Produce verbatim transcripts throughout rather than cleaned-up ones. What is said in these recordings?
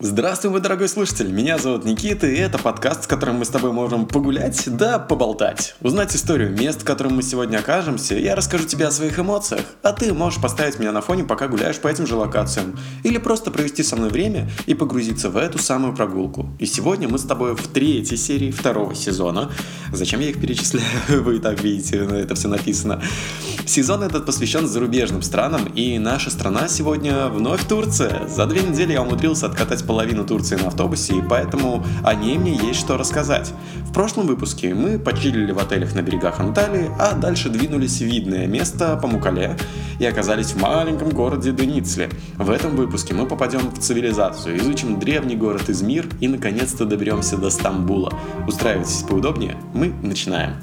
Здравствуй, мой дорогой слушатель, меня зовут Никита, и это подкаст, с которым мы с тобой можем погулять, да поболтать. Узнать историю мест, в котором мы сегодня окажемся, я расскажу тебе о своих эмоциях, а ты можешь поставить меня на фоне, пока гуляешь по этим же локациям, или просто провести со мной время и погрузиться в эту самую прогулку. И сегодня мы с тобой в третьей серии второго сезона. Зачем я их перечисляю? Вы и так видите, это все написано. Сезон этот посвящен зарубежным странам, и наша страна сегодня вновь Турция. За две недели я умудрился откатать половину Турции на автобусе, и поэтому о ней мне есть что рассказать. В прошлом выпуске мы почилили в отелях на берегах Анталии, а дальше двинулись в видное место Памуккале и оказались в маленьком городе Денизли. В этом выпуске мы попадем в цивилизацию, изучим древний город Измир и наконец-то доберемся до Стамбула. Устраивайтесь поудобнее, мы начинаем.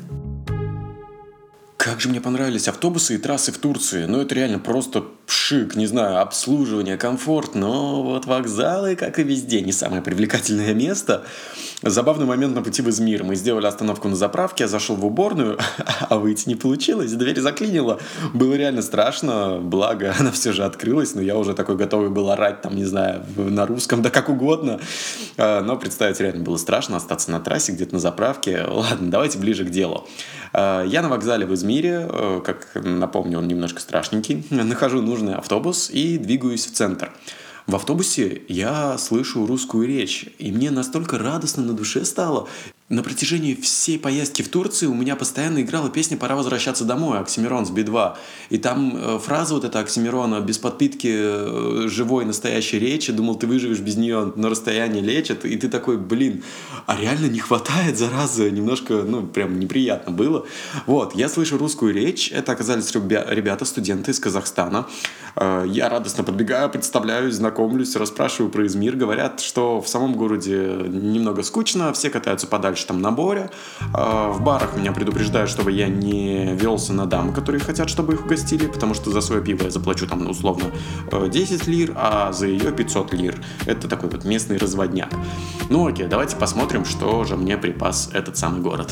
Как же мне понравились автобусы и трассы в Турции. Ну, это реально просто пшик, не знаю, обслуживание, комфорт. Но вот вокзалы, как и везде, не самое привлекательное место. Забавный момент на пути в Измир. Мы сделали остановку на заправке, я зашел в уборную, а выйти не получилось. Дверь заклинила. Было реально страшно, благо она все же открылась. Но я уже такой готовый был орать, там, не знаю, на русском, да как угодно. Но представить реально было страшно остаться на трассе, где-то на заправке. Ладно, давайте ближе к делу. Я на вокзале в Измире, как напомню, он немножко страшненький, нахожу нужный автобус и двигаюсь в центр. В автобусе я слышу русскую речь, и мне настолько радостно на душе стало. На протяжении всей поездки в Турцию у меня постоянно играла песня «Пора возвращаться домой» Оксимирон с би два. И там э, фраза вот эта Оксимирона без подпитки э, живой настоящей речи, думал, ты выживешь без нее, на расстоянии лечат. И ты такой, блин, а реально не хватает, зараза, немножко, ну, прям неприятно было. Вот, я слышу русскую речь, это оказались ребята, студенты из Казахстана. Э, я радостно подбегаю, представляюсь, знакомлюсь, расспрашиваю про Измир. Говорят, что в самом городе немного скучно, все катаются подальше там на море. В барах меня предупреждают, чтобы я не велся на дам, которые хотят, чтобы их угостили, потому что за свое пиво я заплачу там условно десять лир, а за ее пятьсот лир. Это такой вот местный разводняк. Ну окей, давайте посмотрим, что же мне припас этот самый город.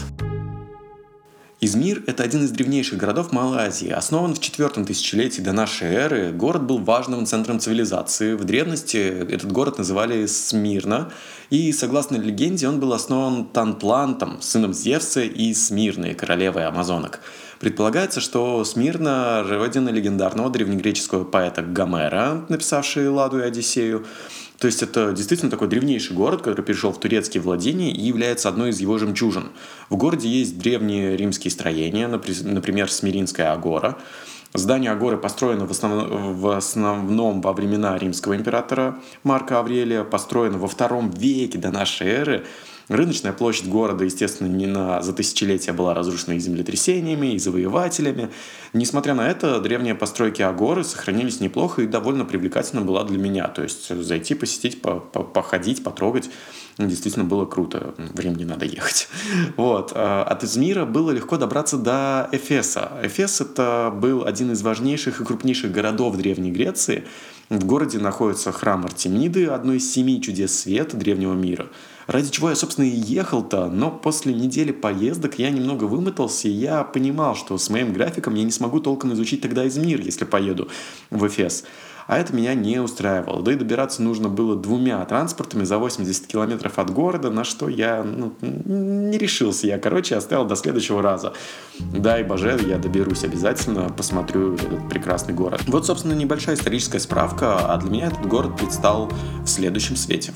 Измир – это один из древнейших городов Малой Азии. Основан в четвертом тысячелетии до нашей эры, город был важным центром цивилизации. В древности этот город называли Смирна, и, согласно легенде, он был основан Тантлантом, сыном Зевса и Смирны, королевой амазонок. Предполагается, что Смирна – родина легендарного древнегреческого поэта Гомера, написавшего «Илладу» и «Одиссею». То есть это действительно такой древнейший город, который перешел в турецкие владения и является одной из его жемчужин. В городе есть древние римские строения, например, Смиринская агора. Здание агоры построено в основном, в основном во времена римского императора Марка Аврелия, построено во втором веке до нашей эры. Рыночная площадь города, естественно, не на, за тысячелетия была разрушена и землетрясениями, и завоевателями. Несмотря на это, древние постройки агоры сохранились неплохо и довольно привлекательно была для меня. То есть зайти, посетить, походить, потрогать действительно было круто. Времени надо ехать. Вот. От Измира было легко добраться до Эфеса. Эфес — это был один из важнейших и крупнейших городов Древней Греции. В городе находится храм Артемиды, одно из семи чудес света древнего мира. Ради чего я, собственно, и ехал-то, но после недели поездок я немного вымотался, и я понимал, что с моим графиком я не смогу толком изучить тогда Измир, если поеду в Эфес. А это меня не устраивало. Да и добираться нужно было двумя транспортами за восемьдесят километров от города, на что я ну, не решился. Я, короче, оставил до следующего раза. Дай боже, я доберусь обязательно, посмотрю этот прекрасный город. Вот, собственно, небольшая историческая справка, а для меня этот город предстал в следующем свете.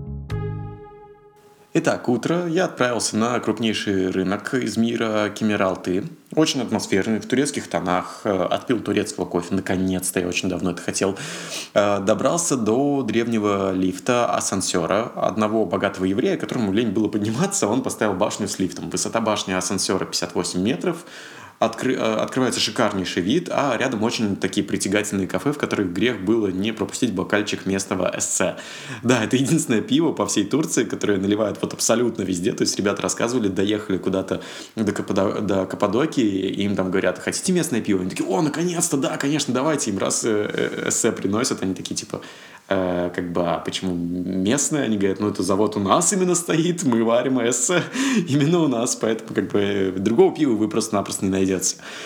Итак, утро. Я отправился на крупнейший рынок Измира Кемер-Алты. Очень атмосферный, в турецких тонах. Отпил турецкого кофе. Наконец-то, я очень давно это хотел. Добрался до древнего лифта, асансера, одного богатого еврея, которому лень было подниматься. Он поставил башню с лифтом. Высота башни асансера пятьдесят восемь метров. Откры... Открывается шикарнейший вид, а рядом очень такие притягательные кафе, в которых грех было не пропустить бокальчик местного эссе. Да, это единственное пиво по всей Турции, которое наливают вот абсолютно везде. То есть ребята рассказывали, доехали куда-то до, Каппадо... до Каппадокии, и им там говорят, хотите местное пиво? Они такие, о, наконец-то, да, конечно, давайте. Им раз эссе приносят, они такие типа... Э, как бы, а почему местные? Они говорят, ну это завод у нас именно стоит, мы варим эссе именно у нас, поэтому как бы другого пива вы просто-напросто не найдете.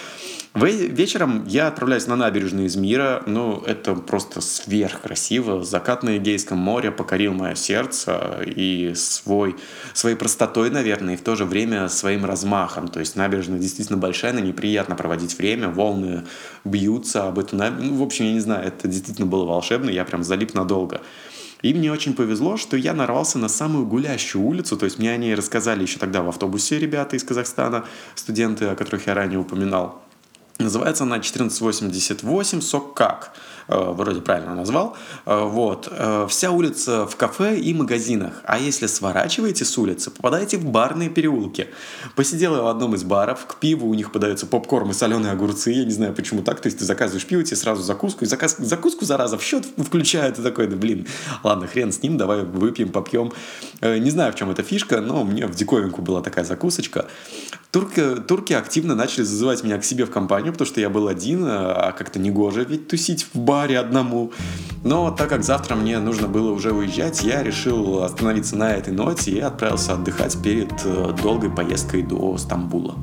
Ве- Вечером я отправляюсь на набережную Измира. Ну, это просто сверхкрасиво. Закат на Эгейском море покорил мое сердце и свой, своей простотой, наверное, и в то же время своим размахом. То есть набережная действительно большая, на ней приятно проводить время, волны бьются об эту набережную. Ну, в общем, я не знаю, это действительно было волшебно, я прям залип надолго. И мне очень повезло, что я нарвался на самую гулящую улицу, то есть мне о ней рассказали еще тогда в автобусе ребята из Казахстана, студенты, о которых я ранее упоминал. Называется она четырнадцать восемьдесят восемь Соккак. Э, Вроде правильно назвал. Э, Вот. Э, Вся улица в кафе и магазинах. А если сворачиваете с улицы, попадаете в барные переулки. Посидел я в одном из баров. К пиву у них подается попкорн и соленые огурцы. Я не знаю, почему так. То есть ты заказываешь пиво, тебе сразу закуску. И заказ... закуску, зараза, в счет включают. И такой, да блин, ладно, хрен с ним, давай выпьем, попьем. Э, Не знаю, в чем эта фишка, но мне в диковинку была такая закусочка. Турки, турки активно начали зазывать меня к себе в компанию, потому что я был один, а как-то негоже ведь тусить в баре одному. Но так как завтра мне нужно было уже уезжать, я решил остановиться на этой ноте и отправился отдыхать перед э, долгой поездкой до Стамбула.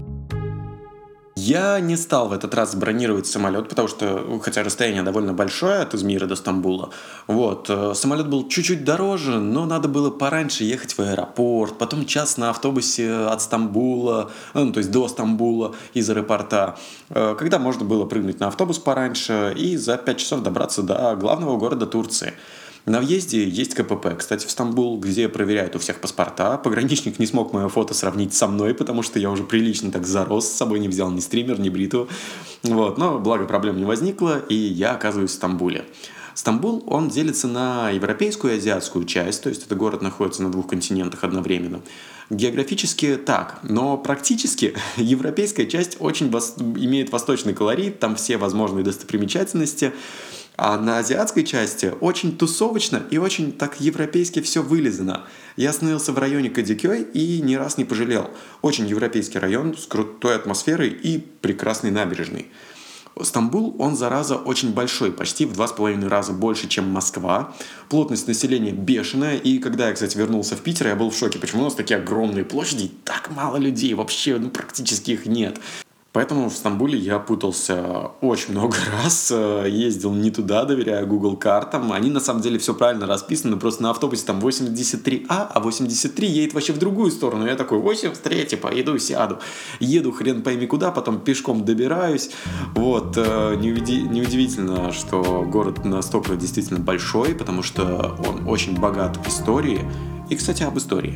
Я не стал в этот раз бронировать самолет, потому что, ну, хотя расстояние довольно большое от Измира до Стамбула, вот, э, самолет был чуть-чуть дороже, но надо было пораньше ехать в аэропорт, потом час на автобусе от Стамбула, ну, то есть до Стамбула из аэропорта, э, когда можно было прыгнуть на автобус пораньше и за пять часов добраться до главного города Турции. На въезде есть ка пэ пэ, кстати, в Стамбул, где проверяют у всех паспорта. Пограничник не смог мое фото сравнить со мной, потому что я уже прилично так зарос, с собой не взял ни стример, ни бритву. Вот. Но благо проблем не возникло, и я оказываюсь в Стамбуле. Стамбул, он делится на европейскую и азиатскую часть, то есть это город находится на двух континентах одновременно. Географически так, но практически европейская часть очень вос- имеет восточный колорит, там все возможные достопримечательности, а на азиатской части очень тусовочно и очень так европейски все вылизано. Я остановился в районе Кадикёй и ни раз не пожалел. Очень европейский район с крутой атмосферой и прекрасной набережной. Стамбул, он, зараза, очень большой, почти в два с половиной раза больше, чем Москва. Плотность населения бешеная, и когда я, кстати, вернулся в Питер, я был в шоке, почему у нас такие огромные площади и так мало людей, вообще, ну, практически их нет. Поэтому в Стамбуле я путался очень много раз, э, ездил не туда, доверяя Google картам. Они на самом деле все правильно расписаны, просто на автобусе там восемьдесят три а, а восемьдесят три едет вообще в другую сторону. Я такой, восемьдесят три, типа, иду, сяду. Еду хрен пойми куда, потом пешком добираюсь. Вот, э, неуди- неудивительно, что город настолько действительно большой, потому что он очень богат в истории. И, кстати, об истории.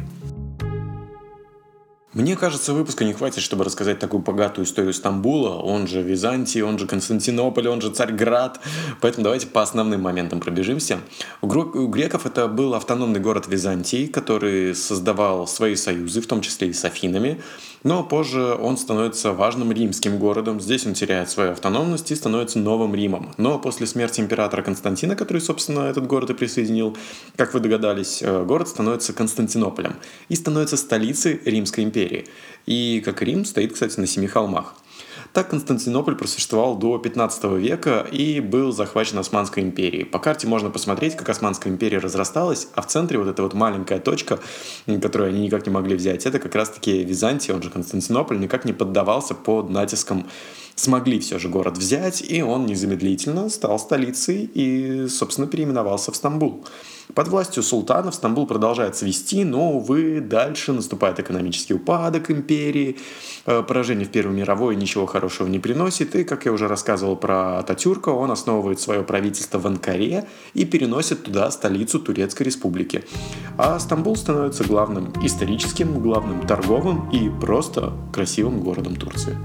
Мне кажется, выпуска не хватит, чтобы рассказать такую богатую историю Стамбула, он же Византии, он же Константинополь, он же Царьград. Поэтому давайте по основным моментам пробежимся. У, грек- у греков это был автономный город Византии, который создавал свои союзы, в том числе и с Афинами. Но позже он становится важным римским городом. Здесь он теряет свою автономность и становится новым Римом. Но после смерти императора Константина, который, собственно, этот город и присоединил, как вы догадались, э, город становится Константинополем и становится столицей Римской империи. И, как и Рим, стоит, кстати, на семи холмах. Так Константинополь просуществовал до пятнадцатого века и был захвачен Османской империей. По карте можно посмотреть, как Османская империя разрасталась, а в центре вот эта вот маленькая точка, которую они никак не могли взять, это как раз-таки Византия, он же Константинополь, никак не поддавался под натиском. Смогли все же город взять, и он незамедлительно стал столицей и, собственно, переименовался в Стамбул. Под властью султанов Стамбул продолжает цвести, но, увы, дальше наступает экономический упадок империи, э, поражение в Первой мировой ничего хорошего не приносит, и, как я уже рассказывал про Ататюрка, он основывает свое правительство в Анкаре и переносит туда столицу Турецкой республики. А Стамбул становится главным историческим, главным торговым и просто красивым городом Турции.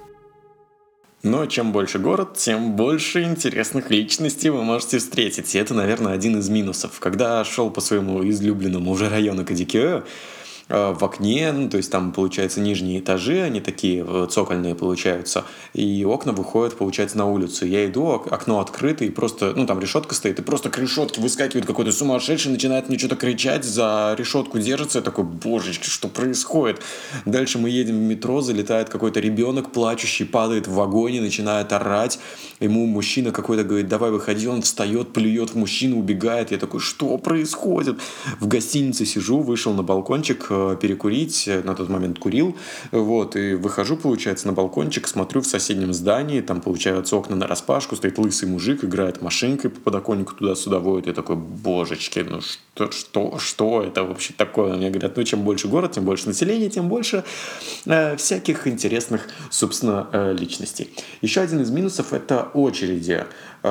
Но чем больше город, тем больше интересных личностей вы можете встретить. И это, наверное, один из минусов. Когда шел по своему излюбленному уже району Кадикёя, э, в окне, ну, то есть там, получается, нижние этажи, они такие э, цокольные получаются, и окна выходят, получается, на улицу. Я иду, ок- окно открыто, и просто, ну, там решетка стоит, и просто к решетке выскакивает какой-то сумасшедший, начинает мне что-то кричать, за решетку держится, я такой, божечки, что происходит? Дальше мы едем в метро, залетает какой-то ребенок плачущий, падает в вагоне, начинает орать, ему мужчина какой-то говорит, давай выходи, он встает, плюет в мужчину, убегает, я такой, что происходит? В гостинице сижу, вышел на балкончик, э, перекурить, на тот момент курил, вот, и выхожу, получается, на балкончик, смотрю в соседнем здании, там, получается, окна нараспашку, стоит лысый мужик, играет машинкой по подоконнику туда-сюда водит, я такой, божечки, ну что, что, что это вообще такое? Мне говорят, ну, чем больше город, тем больше населения, тем больше э, всяких интересных, собственно, э, личностей. Еще один из минусов — это очереди.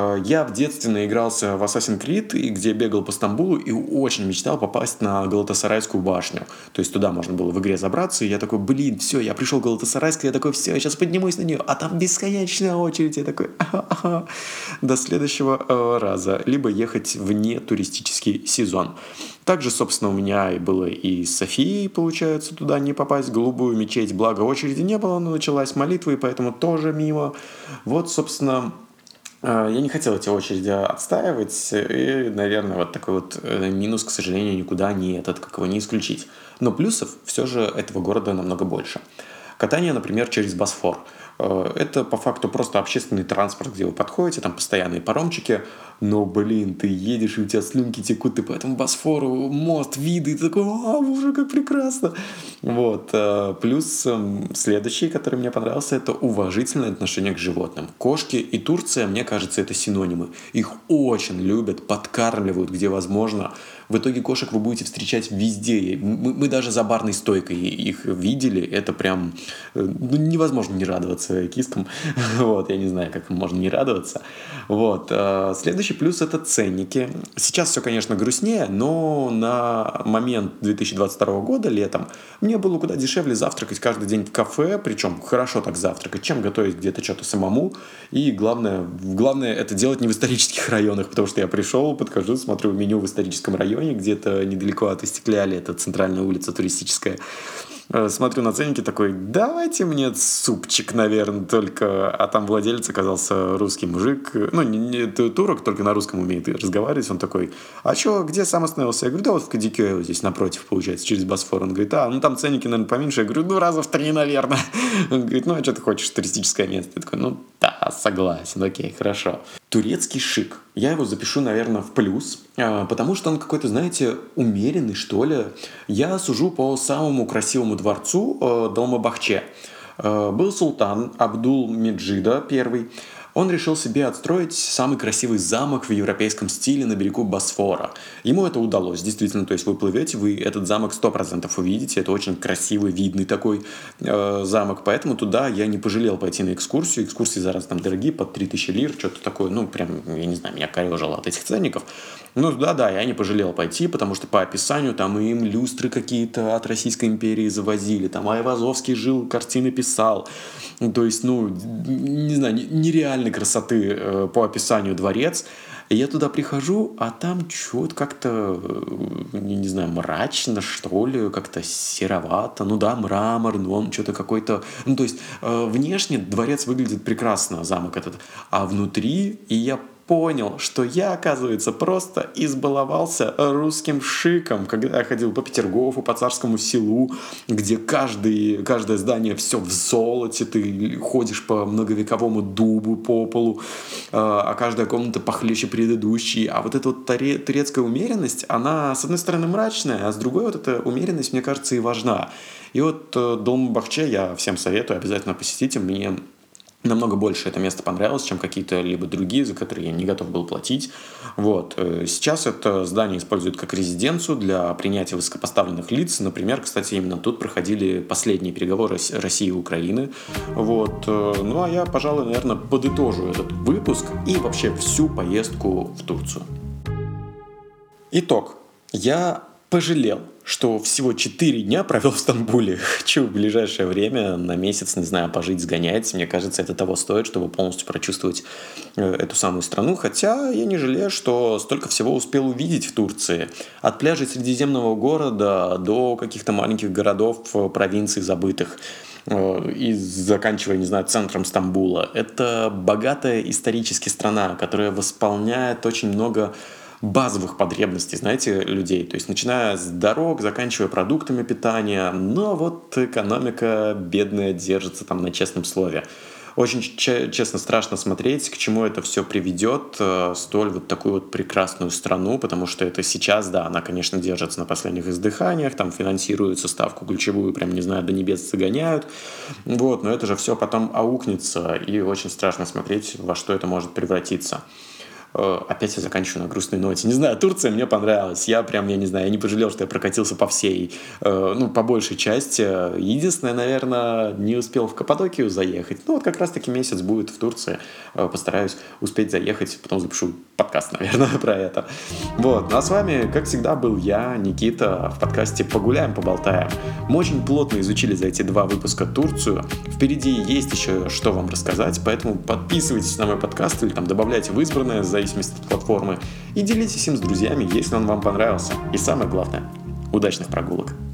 Я в детстве наигрался в Assassin's Creed, где бегал по Стамбулу и очень мечтал попасть на Галатасарайскую башню. То есть туда можно было в игре забраться, и я такой, блин, все, я пришел в Галатасарайск, я такой, все, я сейчас поднимусь на нее, а там бесконечная очередь. Я такой, ага, до следующего э, раза. Либо ехать вне туристический сезон. Также, собственно, у меня и было и с Софией, получается, туда не попасть, в голубую мечеть, благо очереди не было, но началась молитва, и поэтому тоже мимо. Вот, собственно... Я не хотел эти очереди отстаивать, и, наверное, вот такой вот минус, к сожалению, никуда не этот, как его не исключить. Но плюсов все же этого города намного больше. Катание, например, через Босфор. Это по факту просто общественный транспорт, где вы подходите, там постоянные паромчики, но, блин, ты едешь, и у тебя слюнки текут, ты по этому Босфору, мост, виды, и ты такой, а, боже, как прекрасно. Вот. Плюс следующий, который мне понравился, это уважительное отношение к животным. Кошки и Турция, мне кажется, это синонимы. Их очень любят, подкармливают, где возможно. В итоге кошек вы будете встречать везде. Мы, мы даже за барной стойкой их видели. Это прям ну, невозможно не радоваться кискам. Вот, я не знаю, как можно не радоваться. Вот. Следующий плюс — это ценники. Сейчас все, конечно, грустнее, но на момент две тысячи двадцать второго года, летом, мне было куда дешевле завтракать каждый день в кафе, причем хорошо так завтракать, чем готовить где-то что-то самому. И главное, главное это делать не в исторических районах, потому что я пришел, подхожу, смотрю меню в историческом районе, где-то недалеко от Истекляли, это центральная улица туристическая. Смотрю на ценники, такой, давайте мне супчик, наверное, только... А там владелец оказался русский мужик, ну, не, не турок, только на русском умеет разговаривать. Он такой, а что, где сам остановился? Я говорю, да вот в Кадикёе, вот здесь напротив, получается, через Босфор. Он говорит, а, ну там ценники, наверное, поменьше. Я говорю, ну раза в три, наверное. Он говорит, ну а что ты хочешь, туристическое место? Я такой, ну да, согласен, окей, хорошо. Турецкий шик. Я его запишу, наверное, в плюс, потому что он какой-то, знаете, умеренный, что ли. Я сужу по самому красивому дворцу Долмабахче. Был султан Абдул-Меджида I. Он решил себе отстроить самый красивый замок в европейском стиле на берегу Босфора. Ему это удалось, действительно. То есть вы плывете, вы этот замок сто процентов увидите. Это очень красивый, видный такой э, замок. Поэтому туда я не пожалел пойти на экскурсию. Экскурсии зараз там дорогие, под три тысячи лир, что-то такое. Ну, прям, я не знаю, меня корежило от этих ценников. Ну, да-да, я не пожалел пойти, потому что по описанию там им люстры какие-то от Российской империи завозили. Там Айвазовский жил, картины писал. То есть, ну, не знаю, нереальной красоты э, по описанию дворец. И я туда прихожу, а там что-то как-то, не, не знаю, мрачно, что ли, как-то серовато. Ну да, мрамор, но он что-то какой-то... Ну, то есть, э, внешне дворец выглядит прекрасно, замок этот. А внутри, и я понял, что я, оказывается, просто избаловался русским шиком, когда я ходил по Петергофу, по Царскому селу, где каждый, каждое здание все в золоте, ты ходишь по многовековому дубу по полу, а каждая комната похлеще предыдущей. А вот эта вот турецкая умеренность, она, с одной стороны, мрачная, а с другой вот эта умеренность, мне кажется, и важна. И вот Долмабахче я всем советую, обязательно посетите. Мне намного больше это место понравилось, чем какие-то либо другие, за которые я не готов был платить. Вот. Сейчас это здание используют как резиденцию для принятия высокопоставленных лиц. Например, кстати, именно тут проходили последние переговоры России и Украины. Вот. Ну, а я, пожалуй, наверное, подытожу этот выпуск и вообще всю поездку в Турцию. Итог. Я пожалел, что всего четыре дня провел в Стамбуле. Хочу в ближайшее время, на месяц, не знаю, пожить, сгонять. Мне кажется, это того стоит, чтобы полностью прочувствовать эту самую страну. Хотя я не жалею, что столько всего успел увидеть в Турции. От пляжей Средиземного города до каких-то маленьких городов, провинций забытых. И заканчивая, не знаю, центром Стамбула. Это богатая исторически страна, которая восполняет очень много базовых потребностей, знаете, людей. То есть, начиная с дорог, заканчивая продуктами питания. Но вот экономика бедная держится там на честном слове. Очень, че- честно, страшно смотреть, к чему это все приведет, э, столь вот такую вот прекрасную страну, потому что это сейчас, да, она, конечно, держится на последних издыханиях, там финансируется, ставку ключевую, прям, не знаю, до небес загоняют, вот, но это же все потом аукнется, и очень страшно смотреть, во что это может превратиться. Э, Опять я заканчиваю на грустной ноте. Не знаю, Турция мне понравилась. Я прям, я не знаю, я не пожалел, что я прокатился по всей, э, ну, по большей части. Единственное, наверное, не успел в Каппадокию заехать. Ну, вот как раз-таки месяц будет в Турции. Э, Постараюсь успеть заехать, потом запишу подкаст, наверное, про это. Вот. Ну, а с вами, как всегда, был я, Никита, в подкасте «Погуляем, поболтаем». Мы очень плотно изучили за эти два выпуска Турцию. Впереди есть еще что вам рассказать, поэтому подписывайтесь на мой подкаст или там добавляйте в избранное, в зависимости от платформы, и делитесь им с друзьями, если он вам понравился. И самое главное, удачных прогулок!